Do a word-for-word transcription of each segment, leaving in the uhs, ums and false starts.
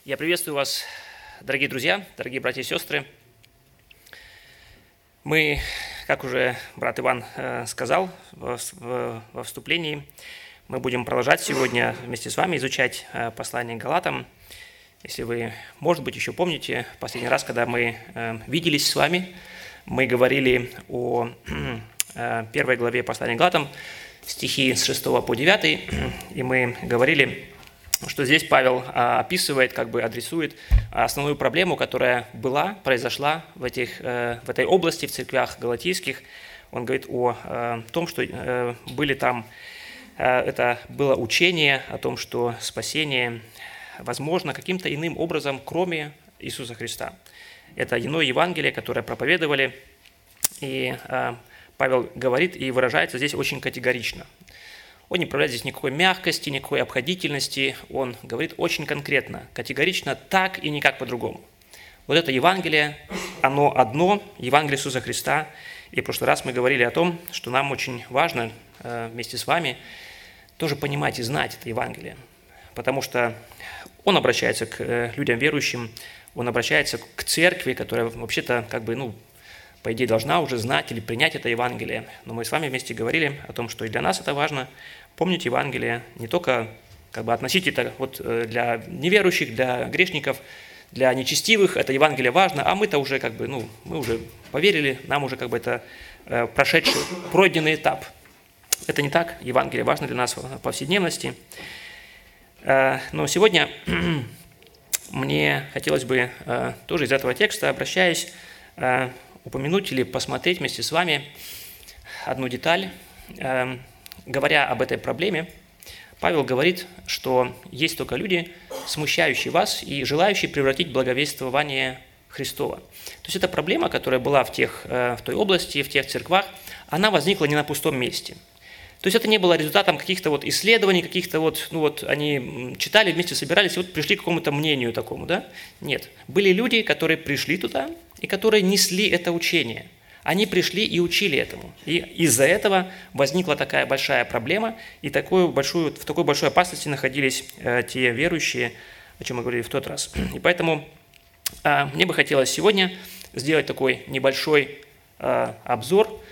Я приветствую вас, дорогие друзья, дорогие братья и сестры. Мы, как уже брат Иван э, сказал во, в, во вступлении, мы будем продолжать сегодня вместе с вами изучать э, послание к Галатам. Если вы, может быть, еще помните, последний раз, когда мы э, виделись с вами, мы говорили о э, первой главе послания к Галатам, стихи с шестого по девятый, и мы говорили, что здесь Павел описывает, как бы адресует основную проблему, которая была, произошла в, этих, в этой области, в церквях галатийских. Он говорит о том, что были там, это было учение о том, что спасение возможно каким-то иным образом, кроме Иисуса Христа. Это иное Евангелие, которое проповедовали, и Павел говорит и выражается здесь очень категорично. Он не проявляет здесь никакой мягкости, никакой обходительности. Он говорит очень конкретно, категорично, так и никак по-другому. Вот это Евангелие, оно одно, Евангелие Иисуса Христа. И в прошлый раз мы говорили о том, что нам очень важно вместе с вами тоже понимать и знать это Евангелие. Потому что он обращается к людям верующим, он обращается к церкви, которая вообще-то как бы, ну, по идее, должна уже знать или принять это Евангелие. Но мы с вами вместе говорили о том, что и для нас это важно помнить Евангелие, не только как бы относить это вот для неверующих, для грешников, для нечестивых, это Евангелие важно, а мы-то уже как бы, ну, мы уже поверили, нам уже как бы это прошедший, пройденный этап. Это не так, Евангелие важно для нас в повседневности. Но сегодня мне хотелось бы тоже из этого текста, обращаясь, упомянуть или посмотреть вместе с вами одну деталь. Говоря об этой проблеме, Павел говорит, что есть только люди, смущающие вас и желающие превратить благовествование Христова. То есть эта проблема, которая была в, тех, в той области, в тех церквах, она возникла не на пустом месте. То есть это не было результатом каких-то вот исследований, каких-то вот, ну вот они читали, вместе собирались и вот пришли к какому-то мнению такому, да? Нет. Были люди, которые пришли туда и которые несли это учение. Они пришли и учили этому. И из-за этого возникла такая большая проблема, и такую большую, в такой большой опасности находились э, те верующие, о чем мы говорили в тот раз. И поэтому э, мне бы хотелось сегодня сделать такой небольшой э, обзор.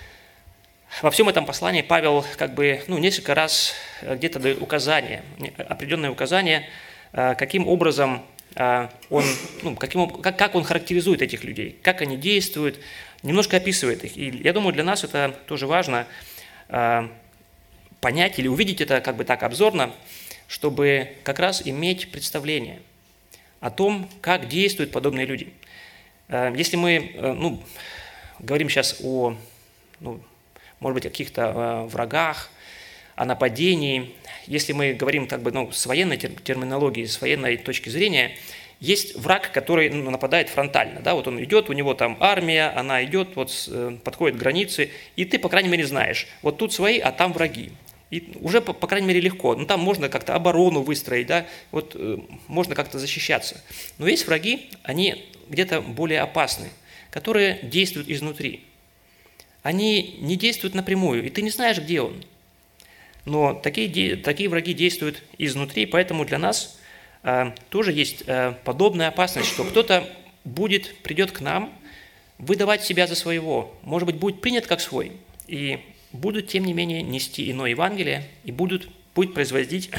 Во всем этом послании Павел как бы, ну, несколько раз где-то дает указания, определенные указания, э, каким образом э, он, ну, каким, как, как он характеризует этих людей, как они действуют, немножко описывает их. И я думаю, для нас это тоже важно э, понять или увидеть это как бы так обзорно, чтобы как раз иметь представление о том, как действуют подобные люди. Э, если мы э, ну, говорим сейчас о, ну, может быть, о каких-то э, врагах, о нападении, если мы говорим как бы, ну, с военной терминологией, с военной точки зрения, есть враг, который, ну, нападает фронтально, да, вот он идет, у него там армия, она идет, вот подходит к границе, и ты, по крайней мере, знаешь, вот тут свои, а там враги. И уже, по, по крайней мере, легко, ну, там можно как-то оборону выстроить, да, вот э, можно как-то защищаться. Но есть враги, они где-то более опасны, которые действуют изнутри. Они не действуют напрямую, и ты не знаешь, где он. Но такие, такие враги действуют изнутри, поэтому для нас тоже есть подобная опасность, что кто-то будет, придет к нам выдавать себя за своего, может быть, будет принят как свой, и будут, тем не менее, нести иное Евангелие, и будут, будет производить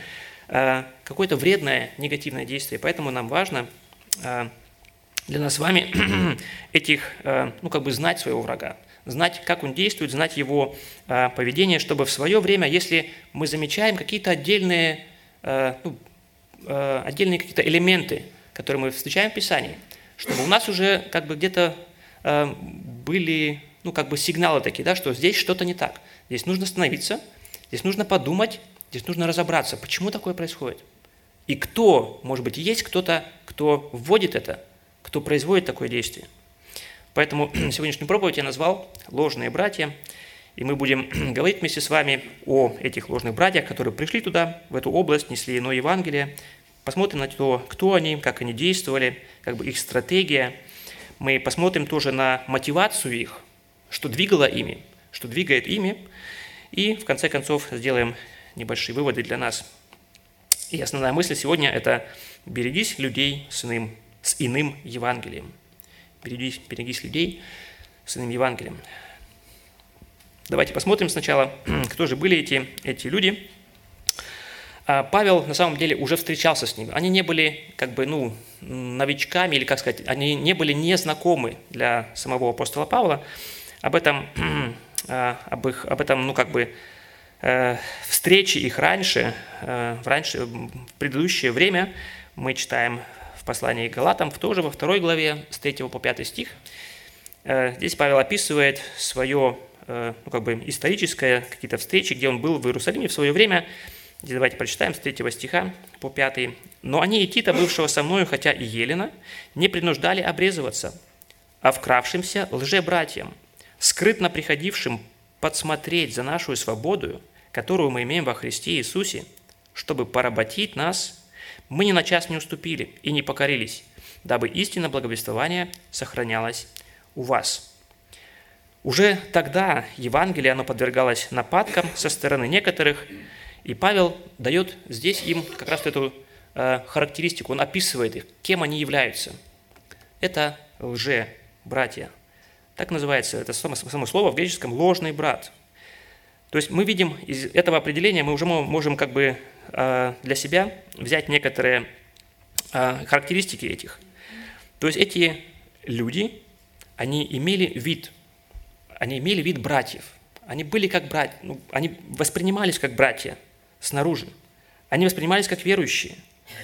какое-то вредное, негативное действие. Поэтому нам важно для нас с вами этих, ну, как бы знать своего врага, знать, как он действует, знать его поведение, чтобы в свое время, если мы замечаем какие-то отдельные, ну, отдельные какие-то элементы, которые мы встречаем в Писании, чтобы у нас уже как бы где-то э, были, ну, как бы сигналы такие, да, что здесь что-то не так. Здесь нужно остановиться, здесь нужно подумать, здесь нужно разобраться, почему такое происходит. И кто, может быть, есть кто-то, кто вводит это, кто производит такое действие. Поэтому сегодняшнюю проповедь я назвал «Ложные братья», и мы будем говорить вместе с вами о этих ложных братьях, которые пришли туда, в эту область, несли иное Евангелие. Посмотрим на то, кто они, как они действовали, как бы их стратегия. Мы посмотрим тоже на мотивацию их, что двигало ими, что двигает ими. И в конце концов сделаем небольшие выводы для нас. И основная мысль сегодня – это «берегись людей с иным, с иным Евангелием». Берегись, берегись людей с иным Евангелием. Давайте посмотрим сначала, кто же были эти, эти люди. Павел на самом деле уже встречался с ними. Они не были как бы, ну, новичками, или как сказать, они не были незнакомы для самого апостола Павла. Об этом, об их, об этом ну, как бы, встрече их раньше, раньше, в предыдущее время мы читаем в послании к Галатам, тоже во второй главе, с третьего по пятый стих. Здесь Павел описывает свое, ну, как бы, историческое, какие-то встречи, где он был в Иерусалиме в свое время. Здесь давайте прочитаем с третьего стиха по пятый. «Но они и Тита, бывшего со мною, хотя и Елена, не принуждали обрезываться, а вкравшимся лжебратьям, скрытно приходившим подсмотреть за нашу свободу, которую мы имеем во Христе Иисусе, чтобы поработить нас, мы ни на час не уступили и не покорились, дабы истина благовествования сохранялась у вас». Уже тогда Евангелие, оно подвергалось нападкам со стороны некоторых, и Павел дает здесь им как раз эту э, характеристику, он описывает их, кем они являются. Это лже-братья. Так называется это само, само слово в греческом «ложный брат». То есть мы видим из этого определения, мы уже можем как бы э, для себя взять некоторые э, характеристики этих. То есть эти люди, они имели вид, они имели вид братьев. Они были как братья, ну, они воспринимались как братья снаружи. Они воспринимались как верующие.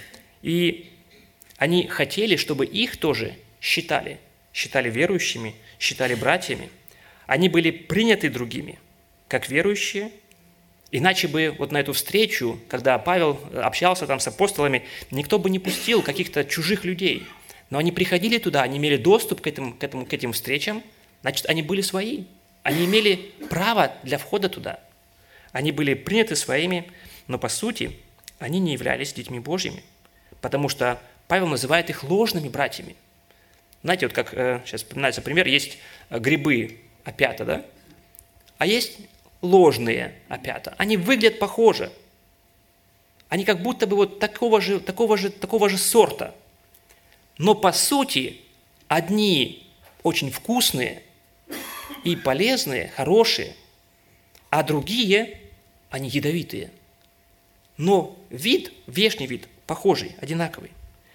И они хотели, чтобы их тоже считали, считали верующими, считали братьями. Они были приняты другими, как верующие. Иначе бы вот на эту встречу, когда Павел общался там с апостолами, никто бы не пустил каких-то чужих людей. Но они приходили туда, они имели доступ к, этому, к, этому, к этим встречам, значит, они были свои. Они имели право для входа туда. Они были приняты своими, но по сути они не являлись детьми Божьими, потому что Павел называет их ложными братьями. Знаете, вот как э, сейчас вспоминается пример, есть грибы опята, да? А есть ложные опята. Они выглядят похоже. Они как будто бы вот такого же, такого же, такого же сорта. Но по сути одни очень вкусные и полезные, хорошие, а другие, они ядовитые. Но вид, внешний вид похожий, одинаковый.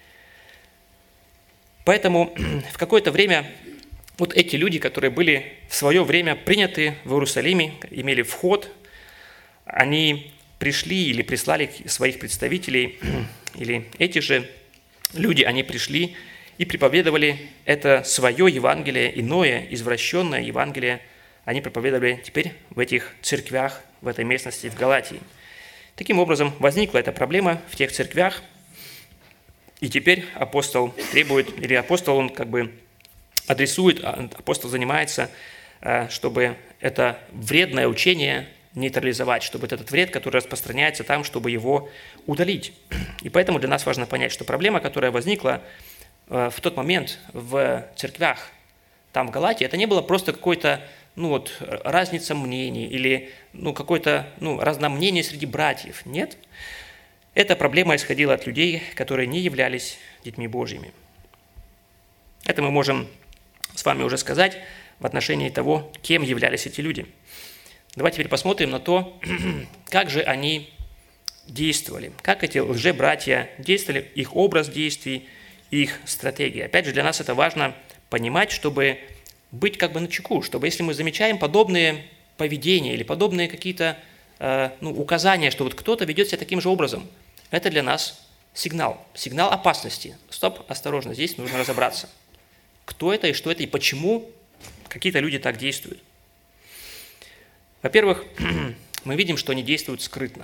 Поэтому в какое-то время вот эти люди, которые были в свое время приняты в Иерусалиме, имели вход, они пришли или прислали своих представителей, или эти же люди, они пришли и проповедовали это свое Евангелие, иное, извращенное Евангелие, они проповедовали теперь в этих церквях, в этой местности, в Галатии. Таким образом, возникла эта проблема в тех церквях, и теперь апостол требует, или апостол, он как бы адресует, апостол занимается, чтобы это вредное учение нейтрализовать, чтобы этот вред, который распространяется там, чтобы его удалить. И поэтому для нас важно понять, что проблема, которая возникла в тот момент в церквях там в Галатии, это не было просто какой-то, ну вот, разница мнений или ну, какое-то ну, разномнение среди братьев. Нет. Эта проблема исходила от людей, которые не являлись детьми Божьими. Это мы можем с вами уже сказать в отношении того, кем являлись эти люди. Давайте теперь посмотрим на то, как же они действовали, как эти лжебратья действовали, их образ действий, их стратегия. Опять же, для нас это важно понимать, чтобы быть как бы начеку, чтобы если мы замечаем подобные поведения или подобные какие-то э, ну, указания, что вот кто-то ведет себя таким же образом, это для нас сигнал, сигнал опасности. Стоп, осторожно, здесь нужно разобраться. Кто это и что это, и почему какие-то люди так действуют. Во-первых, мы видим, что они действуют скрытно.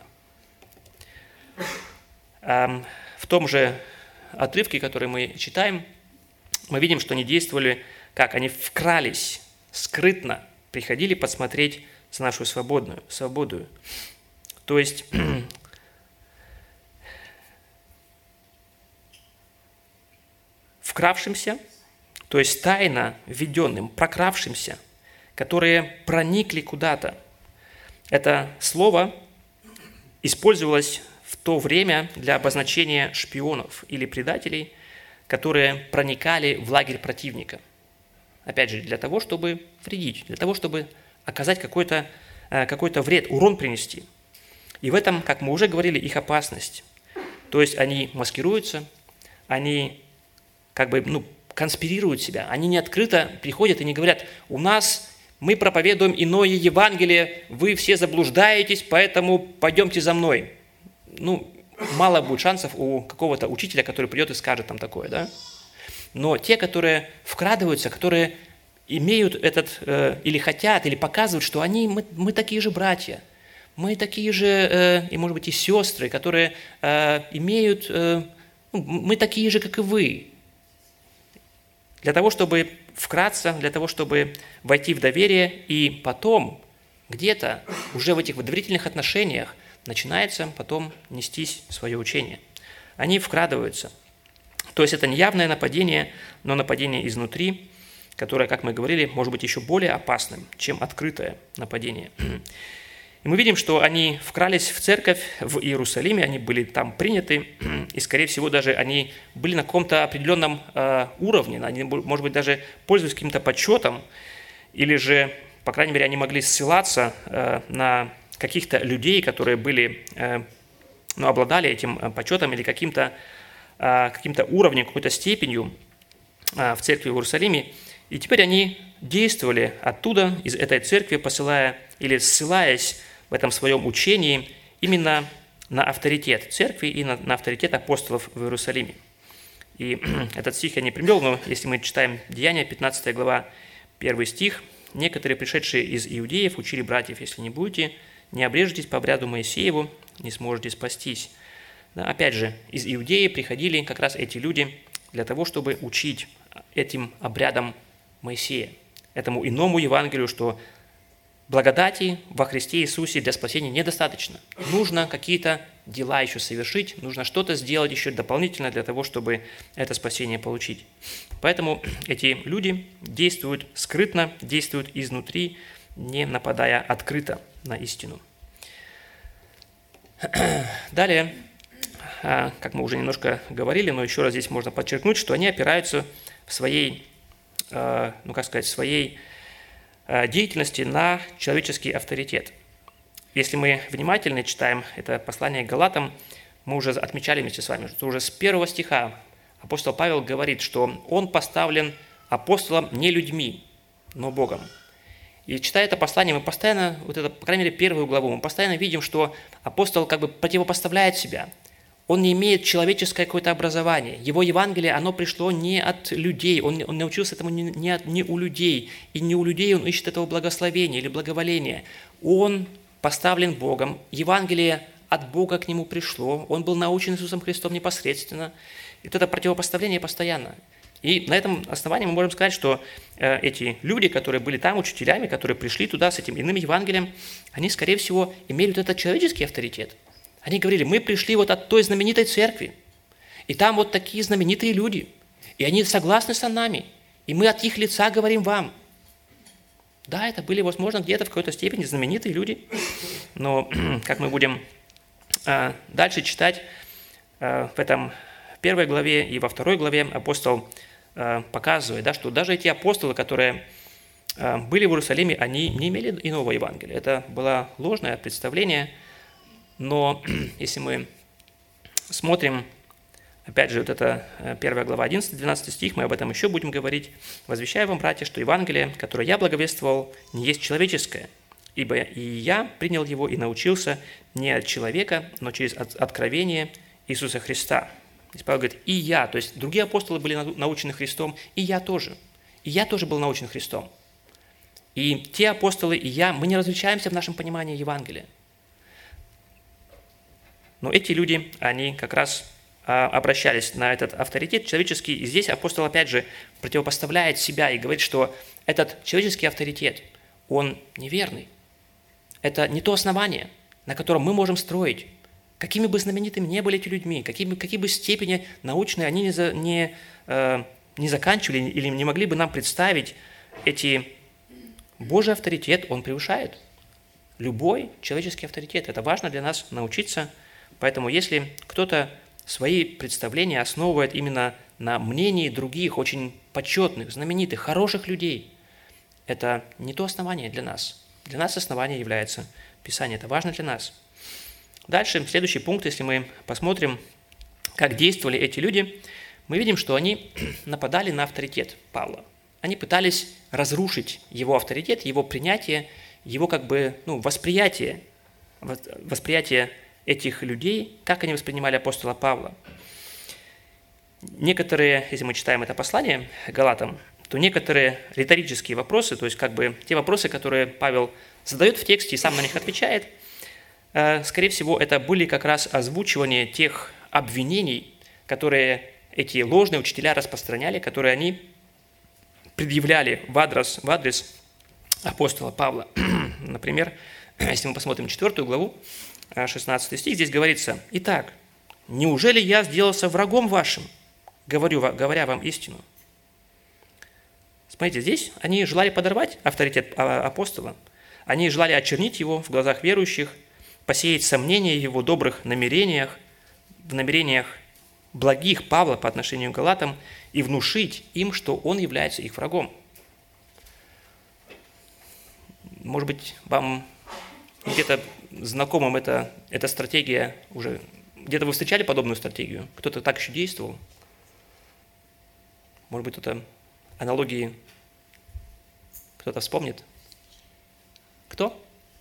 В том же отрывке, который мы читаем, мы видим, что они действовали как? Они вкрались скрытно, приходили посмотреть за нашу свободную, свободу. То есть вкравшимся, то есть тайно введенным, прокравшимся, которые проникли куда-то. Это слово использовалось в то время для обозначения шпионов или предателей, которые проникали в лагерь противника. Опять же, для того, чтобы вредить, для того, чтобы оказать какой-то какой-то вред, урон принести. И в этом, как мы уже говорили, их опасность. То есть они маскируются, они как бы ну, конспирируют себя, они не открыто приходят и не говорят: у нас, мы проповедуем иное Евангелие, вы все заблуждаетесь, поэтому пойдемте за мной. Ну, мало будет шансов у какого-то учителя, который придет и скажет там такое, да? Но те, которые вкрадываются, которые имеют этот, э, или хотят, или показывают, что они, мы, мы такие же братья, мы такие же, э, и может быть и сестры, которые э, имеют, э, ну, мы такие же, как и вы. Для того, чтобы вкратце, для того, чтобы войти в доверие, и потом где-то уже в этих доверительных отношениях начинается потом нестись свое учение. Они вкрадываются. То есть это не явное нападение, но нападение изнутри, которое, как мы говорили, может быть еще более опасным, чем открытое нападение. И мы видим, что они вкрались в церковь в Иерусалиме, они были там приняты, и, скорее всего, даже они были на каком-то определенном э, уровне, они, может быть, даже пользовались каким-то почетом, или же, по крайней мере, они могли ссылаться э, на каких-то людей, которые были, э, ну, обладали этим почетом или каким-то э, каким-то уровнем, какой-то степенью э, в церкви в Иерусалиме. И теперь они действовали оттуда, из этой церкви, посылая или ссылаясь в этом своем учении именно на авторитет церкви и на, на авторитет апостолов в Иерусалиме. И этот стих я не привел, но если мы читаем Деяния, пятнадцатая глава, первый стих: «Некоторые, пришедшие из иудеев, учили братьев: если не будете, не обрежетесь по обряду Моисееву, не сможете спастись». Да, опять же, из Иудеи приходили как раз эти люди для того, чтобы учить этим обрядам Моисея, этому иному Евангелию, что благодати во Христе Иисусе для спасения недостаточно. Нужно какие-то дела еще совершить, нужно что-то сделать еще дополнительно для того, чтобы это спасение получить. Поэтому эти люди действуют скрытно, действуют изнутри, не нападая открыто на истину. Далее, как мы уже немножко говорили, но еще раз здесь можно подчеркнуть, что они опираются в своей ну, как сказать, своей деятельности на человеческий авторитет. Если мы внимательно читаем это послание к Галатам, мы уже отмечали вместе с вами, что уже с первого стиха апостол Павел говорит, что он поставлен апостолом не людьми, но Богом. И читая это послание, мы постоянно, вот это, по крайней мере, первую главу, мы постоянно видим, что апостол как бы противопоставляет себя. Он не имеет человеческое какое-то образование. Его Евангелие, оно пришло не от людей, он, он научился этому не, не, от, не у людей. И не у людей он ищет этого благословения или благоволения. Он поставлен Богом, Евангелие от Бога к нему пришло, он был научен Иисусом Христом непосредственно. И вот это противопоставление постоянно. И на этом основании мы можем сказать, что э, эти люди, которые были там учителями, которые пришли туда с этим иным Евангелием, они, скорее всего, имели вот этот человеческий авторитет. Они говорили: мы пришли вот от той знаменитой церкви, и там вот такие знаменитые люди, и они согласны со нами, и мы от их лица говорим вам. Да, это были, возможно, где-то в какой-то степени знаменитые люди, но как мы будем э, дальше читать э, в этом первой главе и во второй главе, апостол э, показывает, да, что даже эти апостолы, которые э, были в Иерусалиме, они не имели иного Евангелия. Это было ложное представление. Но если мы смотрим, опять же, вот это первая глава, одиннадцатый-двенадцатый стих, мы об этом еще будем говорить. «Возвещаю вам, братья, что Евангелие, которое я благовествовал, не есть человеческое, ибо и я принял его и научился не от человека, но через откровение Иисуса Христа». Здесь Павел говорит: «И я», то есть другие апостолы были научены Христом, и я тоже. И я тоже был научен Христом. И те апостолы, и я, мы не различаемся в нашем понимании Евангелия. Но эти люди, они как раз обращались на этот авторитет человеческий. И здесь апостол опять же противопоставляет себя и говорит, что этот человеческий авторитет, он неверный. Это не то основание, на котором мы можем строить. Какими бы знаменитыми ни были эти людьми, какими, какие бы степени научные они не, за, не, э, не заканчивали или не могли бы нам представить, эти Божий авторитет, он превышает любой человеческий авторитет. Это важно для нас научиться Поэтому если кто-то свои представления основывает именно на мнении других, очень почетных, знаменитых, хороших людей, это не то основание для нас. Для нас основание является Писание. Это важно для нас. Дальше, следующий пункт, если мы посмотрим, как действовали эти люди, мы видим, что они нападали на авторитет Павла. Они пытались разрушить его авторитет, его принятие, его как бы ну, восприятие, восприятие этих людей, как они воспринимали апостола Павла. Некоторые, если мы читаем это послание Галатам, то некоторые риторические вопросы, то есть как бы те вопросы, которые Павел задает в тексте и сам на них отвечает, скорее всего, это были как раз озвучивание тех обвинений, которые эти ложные учителя распространяли, которые они предъявляли в адрес, в адрес апостола Павла. Например, если мы посмотрим четвёртую главу, шестнадцатый стих, здесь говорится: «Итак, неужели я сделался врагом вашим, говорю, говоря вам истину?» Смотрите, здесь они желали подорвать авторитет апостола, они желали очернить его в глазах верующих, посеять сомнения в его добрых намерениях, в намерениях благих Павла по отношению к галатам и внушить им, что он является их врагом. Может быть, вам где-то знакомым эта, эта стратегия уже, где-то вы встречали подобную стратегию? Кто-то так еще действовал? Может быть, кто-то аналогии кто-то вспомнит? Кто?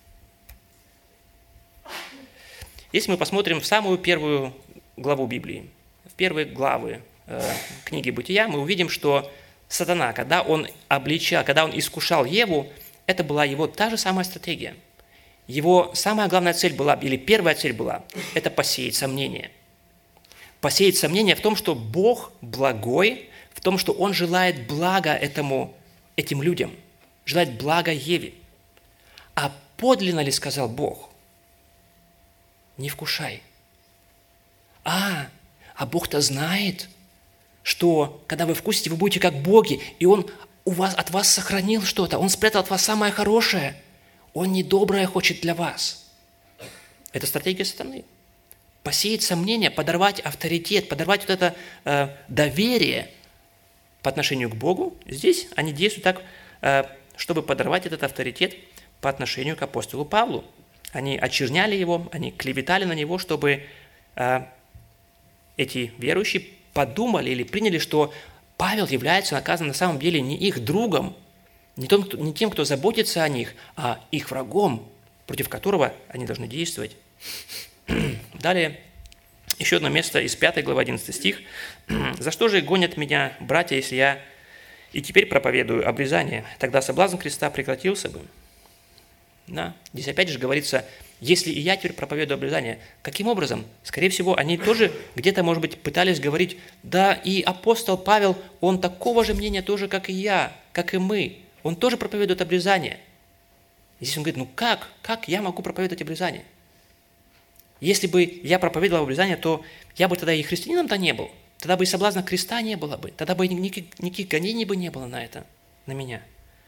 Если мы посмотрим в самую первую главу Библии, в первые главы э, книги Бытия, мы увидим, что сатана, когда он обличал, когда он искушал Еву, это была его та же самая стратегия. Его самая главная цель была, или первая цель была, это посеять сомнения. Посеять сомнения в том, что Бог благой, в том, что Он желает блага этому, этим людям, желает блага Еве. А подлинно ли сказал Бог? Не вкушай. А, а Бог-то знает, что когда вы вкусите, вы будете как боги, и Он у вас, от вас сохранил что-то, Он спрятал от вас самое хорошее, Он недоброе хочет для вас. Это стратегия сатаны. Посеять сомнения, подорвать авторитет, подорвать вот это э, доверие по отношению к Богу. Здесь они действуют так, э, чтобы подорвать этот авторитет по отношению к апостолу Павлу. Они очерняли его, они клеветали на него, чтобы э, эти верующие подумали или приняли, что Павел является, оказывается, на самом деле не их другом, не, том, кто, не тем, кто заботится о них, а их врагом, против которого они должны действовать. Далее, еще одно место из пятой главы, одиннадцатый стих. «За что же гонят меня, братья, если я и теперь проповедую обрезание? Тогда соблазн креста прекратился бы». Да. Здесь опять же говорится, если и я теперь проповедую обрезание. Каким образом? Скорее всего, они тоже где-то, может быть, пытались говорить, да, и апостол Павел, он такого же мнения тоже, как и я, как и мы. Он тоже проповедует обрезание. И здесь он говорит, ну как? Как я могу проповедовать обрезание? Если бы я проповедовал обрезание, то я бы тогда и христианином-то не был. Тогда бы и соблазна креста не было бы. Тогда бы никаких, никаких гонений бы не было на это, на меня.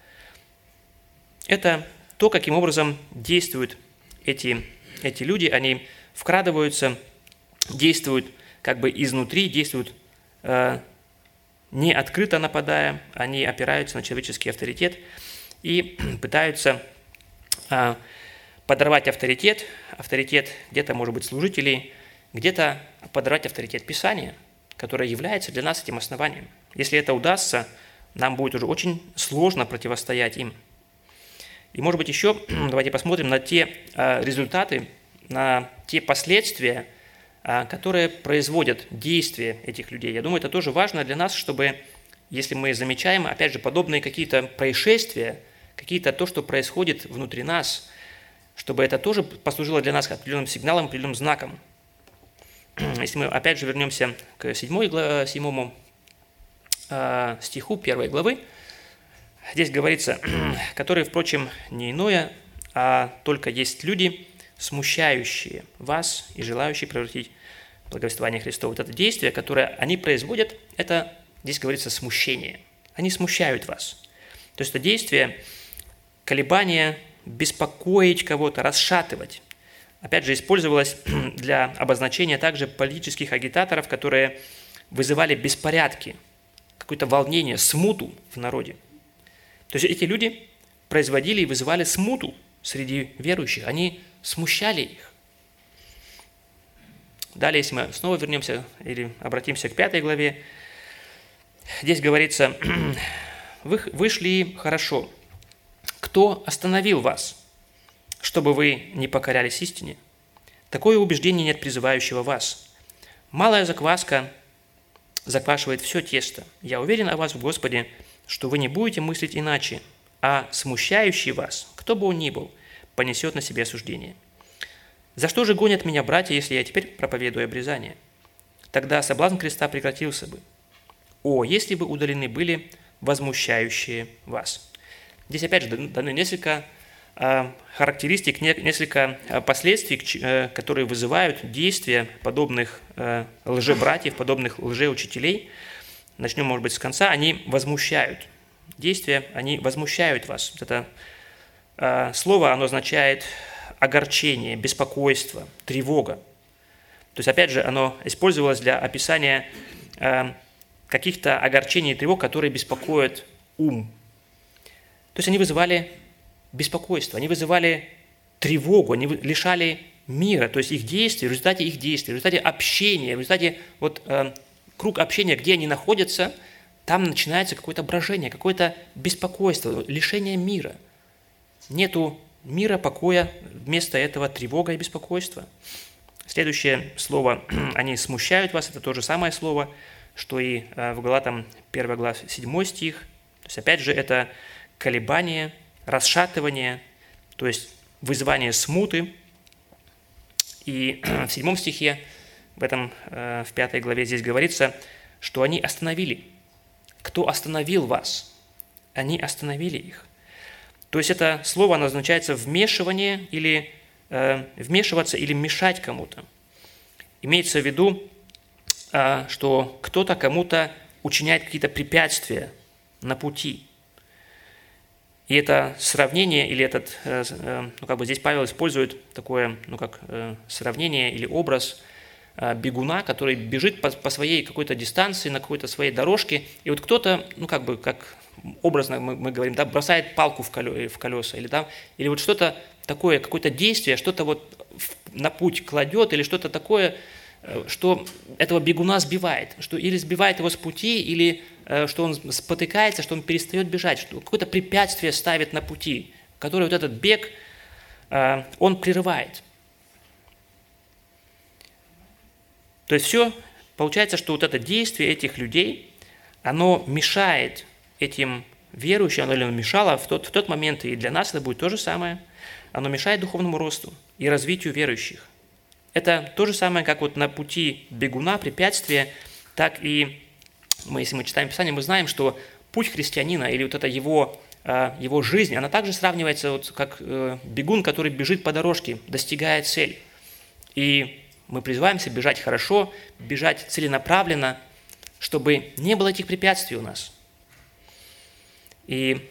Это то, каким образом действуют эти, эти люди. Они вкрадываются, действуют как бы изнутри, действуют э, не открыто нападая, они опираются на человеческий авторитет и пытаются э, подорвать авторитет, авторитет где-то, может быть, служителей, где-то подорвать авторитет Писания, которое является для нас этим основанием. Если это удастся, нам будет уже очень сложно противостоять им. И, может быть, еще давайте посмотрим на те а, результаты, на те последствия, а, которые производят действия этих людей. Я думаю, это тоже важно для нас, чтобы, если мы замечаем, опять же, подобные какие-то происшествия, какие-то то, что происходит внутри нас, чтобы это тоже послужило для нас определенным сигналом, определенным знаком. Если мы опять же вернемся к седьмой, седьмому э, стиху первой главы, здесь говорится, которые, впрочем, не иное, а только есть люди, смущающие вас и желающие превратить благовествование Христово. Вот это действие, которое они производят, это, здесь говорится, смущение. Они смущают вас. То есть это действие, колебания, беспокоить кого-то, расшатывать, опять же, использовалось для обозначения также политических агитаторов, которые вызывали беспорядки, какое-то волнение, смуту в народе. То есть эти люди производили и вызывали смуту среди верующих, они смущали их. Далее, если мы снова вернемся или обратимся к пятой главе, здесь говорится: «Вы, вы шли хорошо. Кто остановил вас, чтобы вы не покорялись истине? Такое убеждение нет призывающего вас. Малая закваска заквашивает все тесто. Я уверен о вас в Господе, что вы не будете мыслить иначе, а смущающий вас, кто бы он ни был, понесет на себе осуждение. За что же гонят меня братья, если я теперь проповедую обрезание? Тогда соблазн креста прекратился бы. О, если бы удалены были возмущающие вас». Здесь опять же даны несколько э, характеристик, несколько э, последствий, э, которые вызывают действия подобных э, лжебратьев, подобных лжеучителей. Начнем, может быть, с конца. Они возмущают. Действия, они возмущают вас. Вот это э, слово, оно означает огорчение, беспокойство, тревога. То есть, опять же, оно использовалось для описания э, каких-то огорчений и тревог, которые беспокоят ум. То есть они вызывали беспокойство, они вызывали тревогу, они лишали мира, то есть их действия, в результате их действий, в результате общения, в результате вот, э, круг общения, где они находятся, там начинается какое-то брожение, какое-то беспокойство, лишение мира. Нету мира, покоя, вместо этого тревога и беспокойство. Следующее слово, они смущают вас, это то же самое слово, что и в Галатам первая глава, седьмой стих. То есть опять же это колебание, расшатывание, то есть вызывание смуты. И в седьмом стихе, в этом, в пятой главе здесь говорится, что они остановили. Кто остановил вас? Они остановили их. То есть это слово, оно означает вмешивание или э, вмешиваться или мешать кому-то. Имеется в виду, э, что кто-то кому-то учиняет какие-то препятствия на пути. И это сравнение, или этот, э, э, ну как бы здесь Павел использует такое, ну как э, сравнение или образ э, бегуна, который бежит по, по своей какой-то дистанции, на какой-то своей дорожке, и вот кто-то, ну как бы, как образно мы, мы говорим, да, бросает палку в колеса, или, да, или вот что-то такое, какое-то действие, что-то вот на путь кладет, или что-то такое, что этого бегуна сбивает, что или сбивает его с пути, или э, что он спотыкается, что он перестает бежать, что какое-то препятствие ставит на пути, которое вот этот бег, э, он прерывает. То есть все, получается, что вот это действие этих людей, оно мешает этим верующим, оно мешало в тот, в тот момент, и для нас это будет то же самое, оно мешает духовному росту и развитию верующих. Это то же самое, как вот на пути бегуна, препятствия, так и мы, если мы читаем Писание, мы знаем, что путь христианина или вот эта его, его жизнь, она также сравнивается вот как бегун, который бежит по дорожке, достигая цель. И мы призываемся бежать хорошо, бежать целенаправленно, чтобы не было этих препятствий у нас. И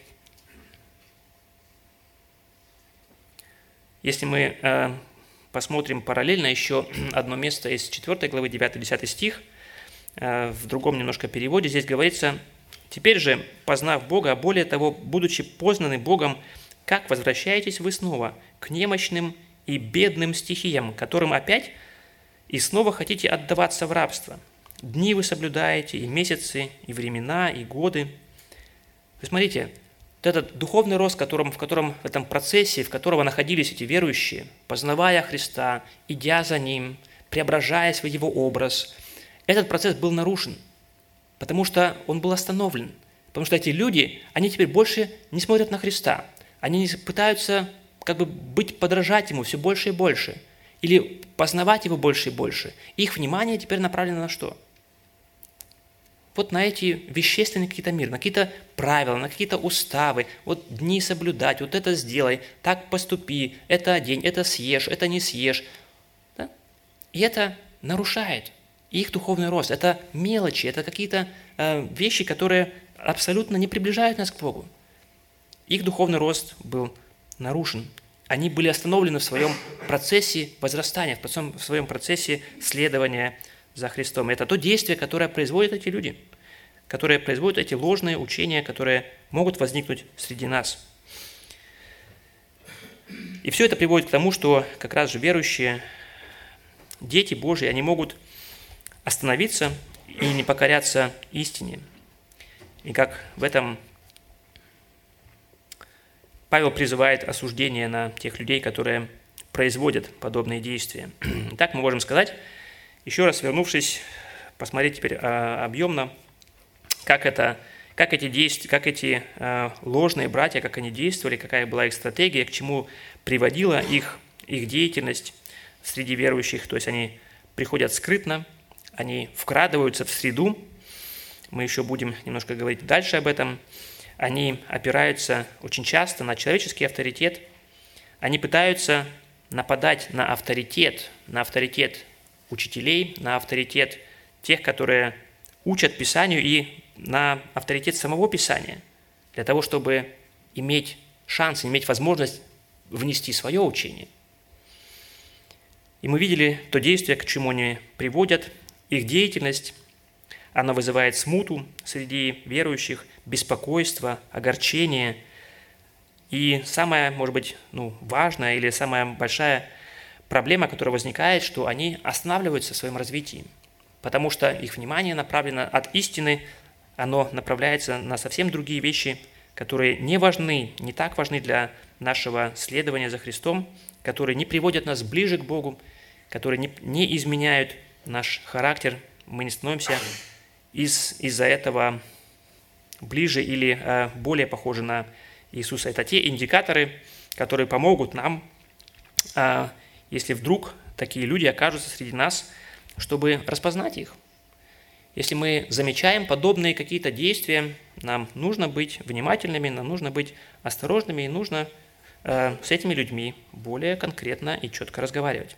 если мы э, посмотрим параллельно еще одно место из четвёртой главы, девятый-десятый стих, э, в другом немножко переводе, здесь говорится: «Теперь же, познав Бога, а более того, будучи познаны Богом, как возвращаетесь вы снова к немощным и бедным стихиям, которым опять и снова хотите отдаваться в рабство? Дни вы соблюдаете, и месяцы, и времена, и годы». То есть, смотрите, вот этот духовный рост, в котором, в котором в этом процессе, в котором находились эти верующие, познавая Христа, идя за Ним, преображаясь в Его образ, этот процесс был нарушен, потому что он был остановлен. Потому что эти люди, они теперь больше не смотрят на Христа, они пытаются как бы быть, подражать Ему все больше и больше, или познавать Его больше и больше. Их внимание теперь направлено на что? Вот на эти вещественные какие-то миры, на какие-то правила, на какие-то уставы, вот дни соблюдать, вот это сделай, так поступи, это одень, это съешь, это не съешь. Да? И это нарушает их духовный рост. Это мелочи, это какие-то э, вещи, которые абсолютно не приближают нас к Богу. Их духовный рост был нарушен. они были остановлены в своем процессе возрастания, в своем процессе следования за Христом. Это то действие, которое производят эти люди, которые производят эти ложные учения, которые могут возникнуть среди нас. И все это приводит к тому, что как раз же верующие, дети Божьи, они могут остановиться и не покоряться истине. И как в этом Павел призывает осуждение на тех людей, которые производят подобные действия. Так мы можем сказать, еще раз вернувшись, посмотреть теперь а, объемно, как, это, как эти, действия, как эти а, ложные братья, как они действовали, какая была их стратегия, к чему приводила их, их деятельность среди верующих. То есть они приходят скрытно, они вкрадываются в среду. Мы еще будем немножко говорить дальше об этом. Они опираются очень часто на человеческий авторитет. Они пытаются нападать на авторитет, на авторитет учителей, на авторитет тех, которые учат Писанию, и на авторитет самого Писания, для того, чтобы иметь шанс, иметь возможность внести свое учение. И мы видели то действие, к чему они приводят, их деятельность. Она вызывает смуту среди верующих, беспокойство, огорчение. И самая, может быть, ну, важная или самая большая проблема, которая возникает, что они останавливаются в своем развитии, потому что их внимание направлено от истины, оно направляется на совсем другие вещи, которые не важны, не так важны для нашего следования за Христом, которые не приводят нас ближе к Богу, которые не, не изменяют наш характер, мы не становимся из, из-за этого ближе или э, более похожи на Иисуса. Это те индикаторы, которые помогут нам, э, если вдруг такие люди окажутся среди нас, чтобы распознать их. Если мы замечаем подобные какие-то действия, нам нужно быть внимательными, нам нужно быть осторожными и нужно э, с этими людьми более конкретно и четко разговаривать.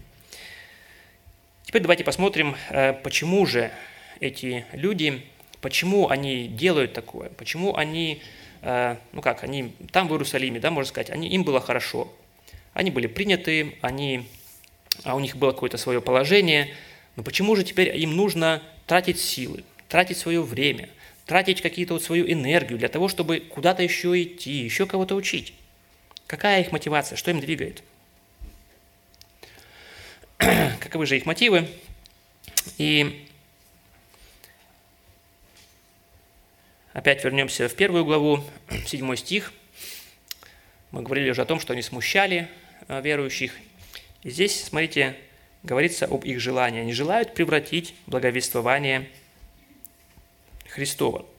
Теперь давайте посмотрим, э, почему же эти люди, почему они делают такое, почему они, э, ну как, они там в Иерусалиме, да, можно сказать, они, им было хорошо, они были приняты, они, а у них было какое-то свое положение, но почему же теперь им нужно тратить силы, тратить свое время, тратить какие-то вот свою энергию для того, чтобы куда-то еще идти, еще кого-то учить? Какая их мотивация, что им двигает? Каковы же их мотивы? И опять вернемся в первую главу, седьмой стих. Мы говорили уже о том, что они смущали верующих. И здесь, смотрите, говорится об их желании. Они желают превратить благовествование Христова.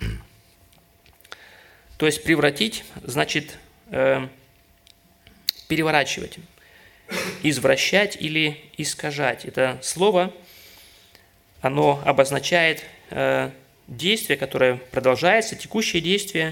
То есть превратить значит э, переворачивать, извращать или искажать. Это слово, оно обозначает э, действие, которое продолжается, текущее действие.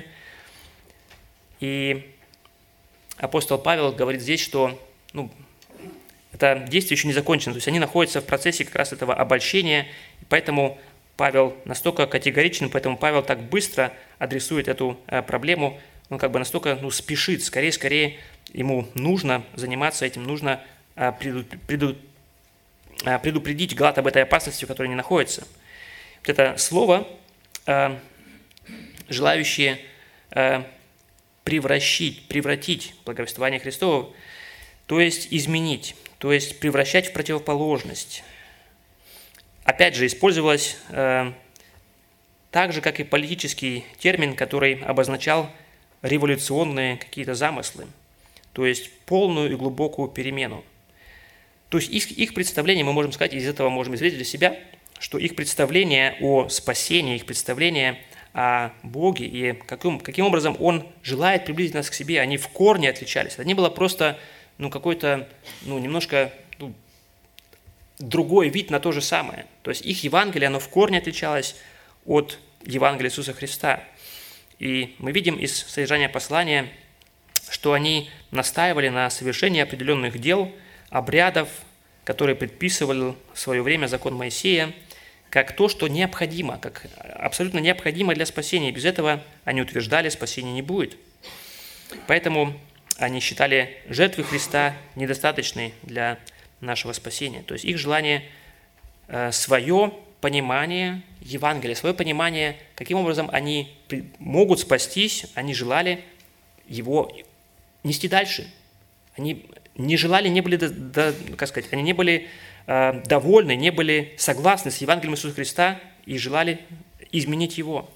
И апостол Павел говорит здесь, что ну, это действие еще не закончено, то есть они находятся в процессе как раз этого обольщения, и поэтому Павел настолько категоричен, поэтому Павел так быстро адресует эту э, проблему, он как бы настолько ну, спешит, скорее-скорее ему нужно заниматься этим, нужно э, преду, преду, э, предупредить галат об этой опасности, в которой они находятся. Вот это слово, э, желающее э, превращить, превратить благовествование Христово, то есть изменить, то есть превращать в противоположность. Опять же, использовалось э, так же, как и политический термин, который обозначал революционные какие-то замыслы, то есть полную и глубокую перемену. То есть их, их представление, мы можем сказать, из этого можем извлечь для себя, что их представление о спасении, их представление о Боге и каким, каким образом Он желает приблизить нас к себе, они в корне отличались. Это не было просто ну, какой-то ну, немножко ну, другой вид на то же самое. То есть их Евангелие, оно в корне отличалось от Евангелия Иисуса Христа. И мы видим из содержания послания, что они настаивали на совершении определенных дел, обрядов, которые предписывал в свое время закон Моисея, как то, что необходимо, как абсолютно необходимо для спасения. Без этого, они утверждали, спасения не будет. Поэтому они считали жертвы Христа недостаточной для нашего спасения. То есть их желание, свое понимание Евангелия, свое понимание, каким образом они могут спастись, они желали его нести дальше. Они не желали, не были, как сказать, они не были довольны, не были согласны с Евангелием Иисуса Христа и желали изменить его.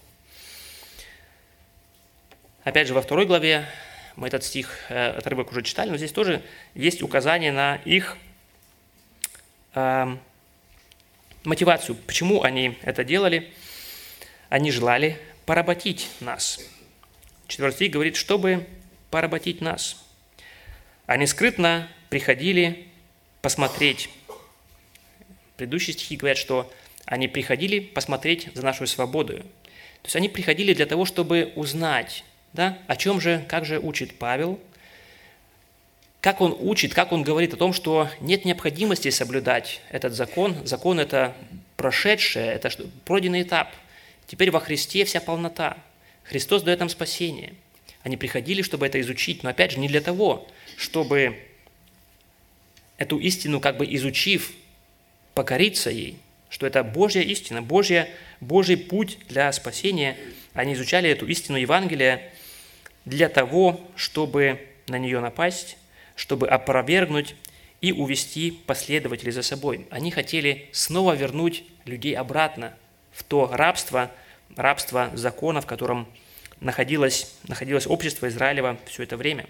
Опять же, во второй главе, мы этот стих, отрывок уже читали, но здесь тоже есть указание на их э, мотивацию. Почему они это делали? Они желали поработить нас. Четвертый стих говорит, чтобы поработить нас. Они скрытно приходили посмотреть. Предыдущие стихи говорят, что они приходили посмотреть за нашу свободу. То есть они приходили для того, чтобы узнать, да, о чем же, как же учит Павел, как он учит, как он говорит о том, что нет необходимости соблюдать этот закон. Закон – это прошедшее, это пройденный этап. Теперь во Христе вся полнота. Христос дает нам спасение. Они приходили, чтобы это изучить, но опять же не для того, чтобы эту истину, как бы изучив, покориться ей, что это Божья истина, Божья, Божий путь для спасения. Они изучали эту истину Евангелия для того, чтобы на нее напасть, чтобы опровергнуть и увести последователей за собой. Они хотели снова вернуть людей обратно в то рабство, рабство закона, в котором находилось, находилось общество Израилева все это время.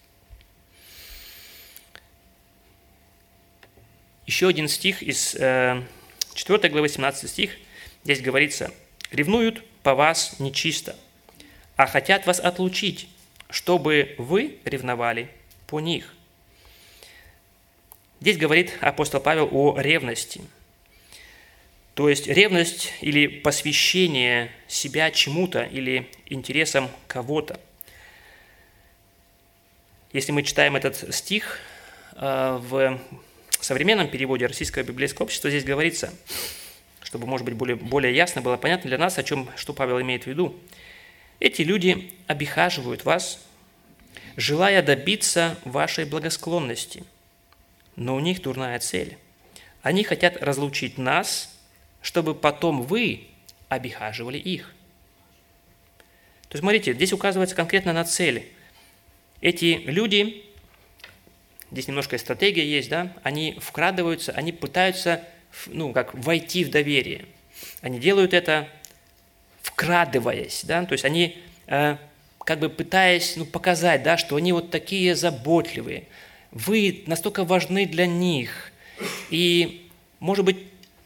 Еще один стих из э, четвёртой главы, семнадцатый стих. Здесь говорится: «Ревнуют по вас нечисто, а хотят вас отлучить, чтобы вы ревновали по них». Здесь говорит апостол Павел о ревности. То есть ревность или посвящение себя чему-то или интересам кого-то. Если мы читаем этот стих э, в современном переводе Российского библейского общества, здесь говорится, чтобы, может быть, более, более ясно было понятно для нас, о чем, что Павел имеет в виду. Эти люди обихаживают вас, желая добиться вашей благосклонности, но у них дурная цель. Они хотят разлучить нас, чтобы потом вы обихаживали их. То есть, смотрите, здесь указывается конкретно на цель. Эти люди, здесь немножко стратегия есть, да, они вкрадываются, они пытаются, ну, как войти в доверие. Они делают это, вкрадываясь, да, то есть они, э, как бы пытаясь, ну, показать, да, что они вот такие заботливые, вы настолько важны для них, и, может быть,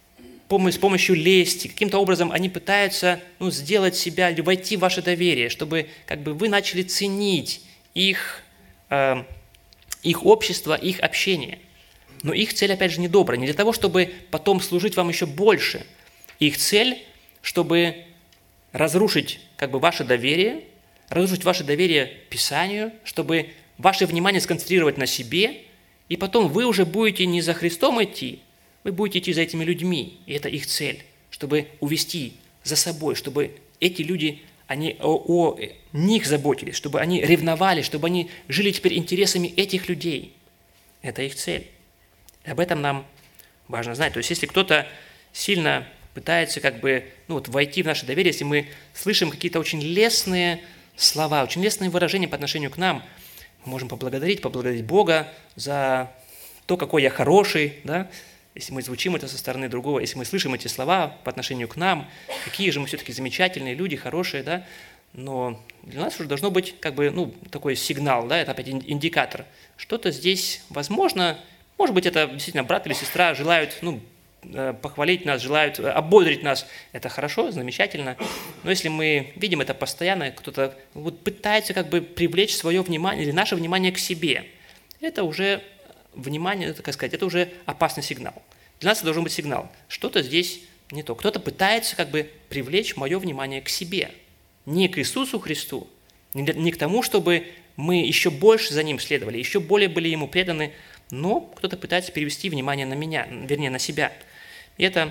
с помощью лести, каким-то образом они пытаются, ну, сделать себя, или войти в ваше доверие, чтобы, как бы, вы начали ценить их, э, их общество, их общение. Но их цель, опять же, недобрая. Не для того, чтобы потом служить вам еще больше. Их цель, чтобы разрушить, как бы, ваше доверие, разрушить ваше доверие Писанию, чтобы ваше внимание сконцентрировать на себе, и потом вы уже будете не за Христом идти, вы будете идти за этими людьми. И это их цель, чтобы увести за собой, чтобы эти люди, они о, о них заботились, чтобы они ревновали, чтобы они жили теперь интересами этих людей. Это их цель. И об этом нам важно знать. То есть, если кто-то сильно пытается, как бы, ну, вот, войти в наше доверие, если мы слышим какие-то очень лестные слова, очень лестные выражения по отношению к нам, мы можем поблагодарить, поблагодарить Бога за то, какой я хороший, да? Если мы звучим это со стороны другого, если мы слышим эти слова по отношению к нам, какие же мы все-таки замечательные люди, хорошие, да? Но для нас уже должно быть, как бы, ну, такой сигнал, да, это опять индикатор. Что-то здесь возможно, может быть, это действительно брат или сестра желают, ну, похвалить нас, желают ободрить нас. Это хорошо, замечательно. Но если мы видим это постоянно, кто-то вот пытается, как бы, привлечь свое внимание или наше внимание к себе, это уже внимание, так сказать, это уже опасный сигнал. Для нас это должен быть сигнал. Что-то здесь не то. Кто-то пытается, как бы, привлечь мое внимание к себе. Не к Иисусу Христу, не к тому, чтобы мы еще больше за Ним следовали, еще более были Ему преданы, но кто-то пытается перевести внимание на меня, вернее, на себя. И это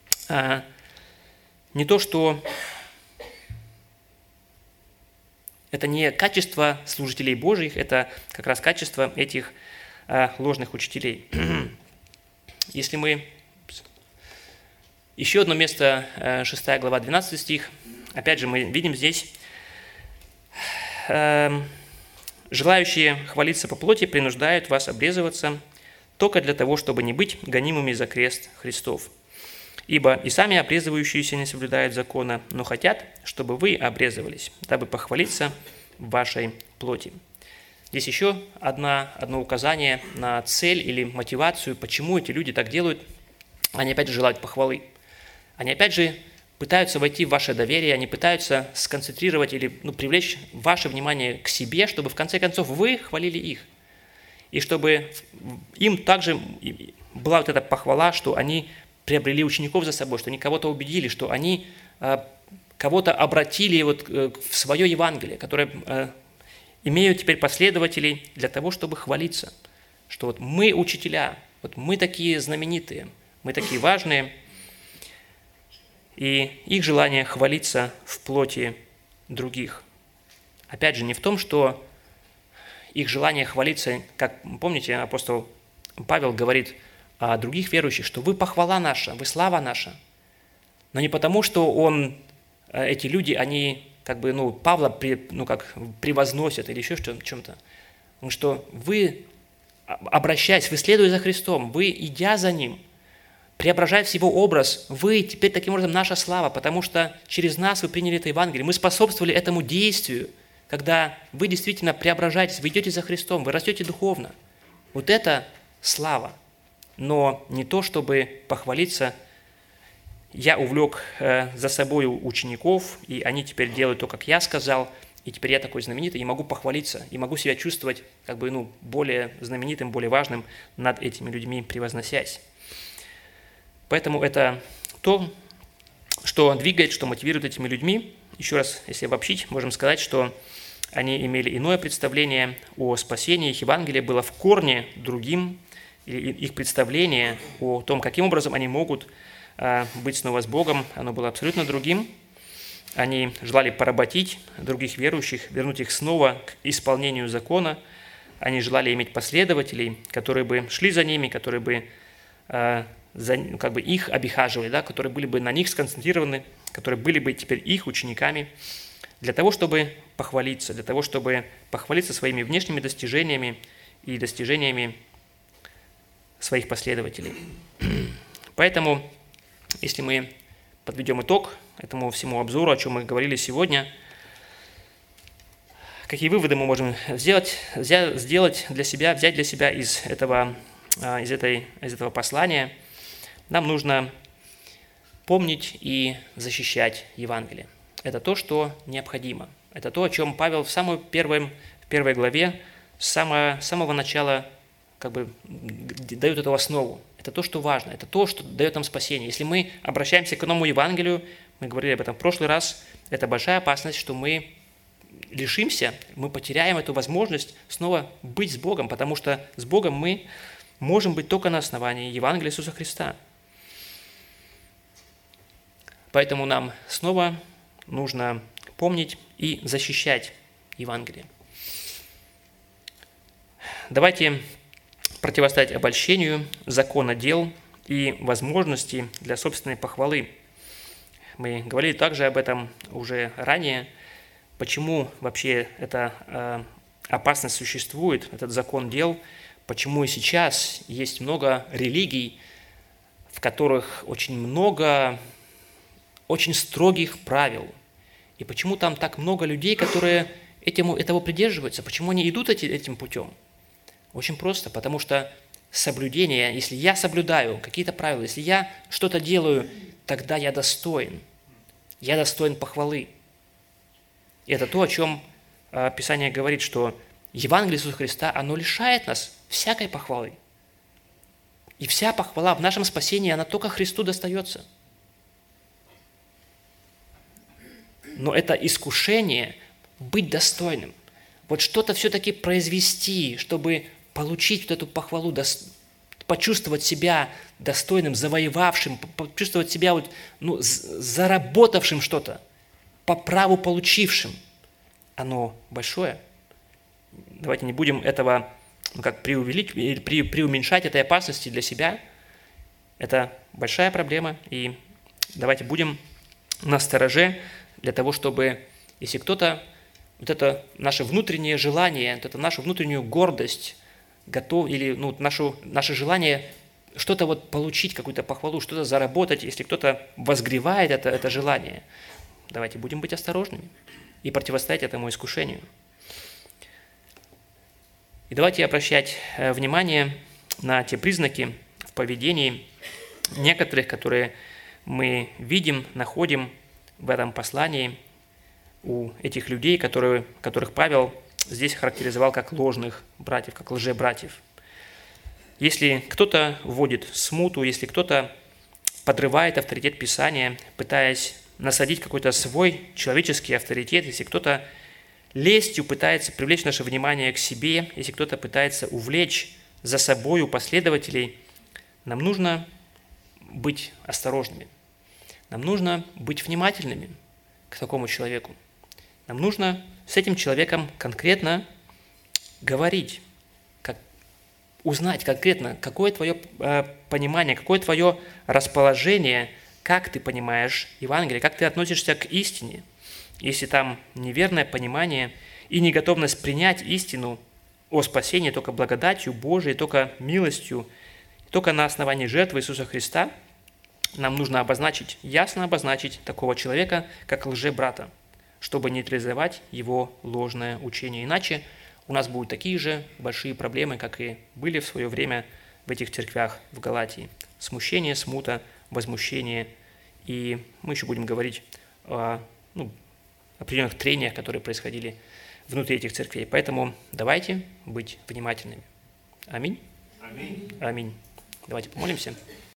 а, не то, что Это не качество служителей Божьих, это как раз качество этих э, ложных учителей. Если мы... Еще одно место, э, шестая глава, двенадцатый стих. Опять же, мы видим здесь... Э, «Желающие хвалиться по плоти принуждают вас обрезываться только для того, чтобы не быть гонимыми за крест Христов. Ибо и сами обрезывающиеся не соблюдают закона, но хотят, чтобы вы обрезывались, дабы похвалиться в вашей плоти». Здесь еще одна, одно указание на цель или мотивацию, почему эти люди так делают. Они опять же желают похвалы. Они опять же пытаются войти в ваше доверие, они пытаются сконцентрировать или ну, привлечь ваше внимание к себе, чтобы в конце концов вы хвалили их. И чтобы им также была вот эта похвала, что они приобрели учеников за собой, что они кого-то убедили, что они э, кого-то обратили вот, э, в свое Евангелие, которое э, имеют теперь последователей для того, чтобы хвалиться. Что вот мы учителя, вот мы такие знаменитые, мы такие важные, и их желание хвалиться в плоти других. Опять же, не в том, что их желание хвалиться, как, помните, апостол Павел говорит о других верующих, что вы похвала наша, вы слава наша. Но не потому, что он, эти люди, они как бы, ну, Павла ну, как, превозносят или еще в чем-то. Потому что вы, обращаясь, вы следуя за Христом, вы, идя за Ним, преображаясь в Его образ, вы теперь таким образом наша слава, потому что через нас вы приняли это Евангелие. Мы способствовали этому действию, когда вы действительно преображаетесь, вы идете за Христом, вы растете духовно. Вот это слава, но не то, чтобы похвалиться. Я увлек э, за собой учеников, и они теперь делают то, как я сказал, и теперь я такой знаменитый, и могу похвалиться, и могу себя чувствовать как бы, ну, более знаменитым, более важным над этими людьми, превозносясь. Поэтому это то, что двигает, что мотивирует этими людьми. Еще раз, если обобщить, можем сказать, что они имели иное представление о спасении, их Евангелие было в корне другим, и их представление о том, каким образом они могут быть снова с Богом, оно было абсолютно другим. Они желали поработить других верующих, вернуть их снова к исполнению закона. Они желали иметь последователей, которые бы шли за ними, которые бы За, как бы их обихаживали, да, которые были бы на них сконцентрированы, которые были бы теперь их учениками, для того, чтобы похвалиться, для того, чтобы похвалиться своими внешними достижениями и достижениями своих последователей. Поэтому, если мы подведем итог этому всему обзору, о чем мы говорили сегодня, какие выводы мы можем сделать, сделать для себя, взять для себя из этого, из этой, из этого послания? Нам нужно помнить и защищать Евангелие. Это то, что необходимо. Это то, о чем Павел в, самой первой, в первой главе с самого, с самого начала как бы, дает эту основу. Это то, что важно. Это то, что дает нам спасение. Если мы обращаемся к иному Евангелию, мы говорили об этом в прошлый раз, это большая опасность, что мы лишимся, мы потеряем эту возможность снова быть с Богом, потому что с Богом мы можем быть только на основании Евангелия Иисуса Христа. Поэтому нам снова нужно помнить и защищать Евангелие. Давайте противостоять обольщению, закона дел и возможности для собственной похвалы. Мы говорили также об этом уже ранее, почему вообще эта э, опасность существует, этот закон дел, почему и сейчас есть много религий, в которых очень много очень строгих правил. И почему там так много людей, которые этому, этого придерживаются? Почему они идут эти, этим путем? Очень просто, потому что соблюдение, если я соблюдаю какие-то правила, если я что-то делаю, тогда я достоин. Я достоин похвалы. И это то, о чем Писание говорит, что Евангелие Иисуса Христа, оно лишает нас всякой похвалы. И вся похвала в нашем спасении, она только Христу достается. Но это искушение быть достойным. Вот что-то все-таки произвести, чтобы получить вот эту похвалу, почувствовать себя достойным, завоевавшим, почувствовать себя вот, ну, заработавшим что-то, по праву получившим. оно большое. Давайте не будем этого ну, как преувеличивать, или пре, преуменьшать этой опасности для себя. Это большая проблема, и давайте будем настороже для того, чтобы, если кто-то, вот это наше внутреннее желание, вот это нашу внутреннюю гордость готов, или ну, нашу, наше желание что-то вот получить, какую-то похвалу, что-то заработать, если кто-то возгревает это, это желание, давайте будем быть осторожными и противостоять этому искушению. И давайте обращать внимание на те признаки в поведении некоторых, которые мы видим, находим в этом послании у этих людей, которые, которых Павел здесь характеризовал как ложных братьев, как лжебратьев. Если кто-то вводит смуту, если кто-то подрывает авторитет Писания, пытаясь насадить какой-то свой человеческий авторитет, если кто-то лестью пытается привлечь наше внимание к себе, если кто-то пытается увлечь за собою последователей, нам нужно быть осторожными. Нам нужно быть внимательными к такому человеку. Нам нужно с этим человеком конкретно говорить, как, узнать конкретно, какое твое э, понимание, какое твое расположение, как ты понимаешь Евангелие, как ты относишься к истине. Если там неверное понимание и неготовность принять истину о спасении только благодатью Божией, только милостью, только на основании жертвы Иисуса Христа, нам нужно обозначить, ясно обозначить такого человека, как лжебрата, чтобы нейтрализовать его ложное учение. Иначе у нас будут такие же большие проблемы, как и были в свое время в этих церквях в Галатии. Смущение, смута, возмущение. И мы еще будем говорить о ну, определенных трениях, которые происходили внутри этих церквей. Поэтому давайте быть внимательными. Аминь. Аминь. Аминь. Давайте помолимся.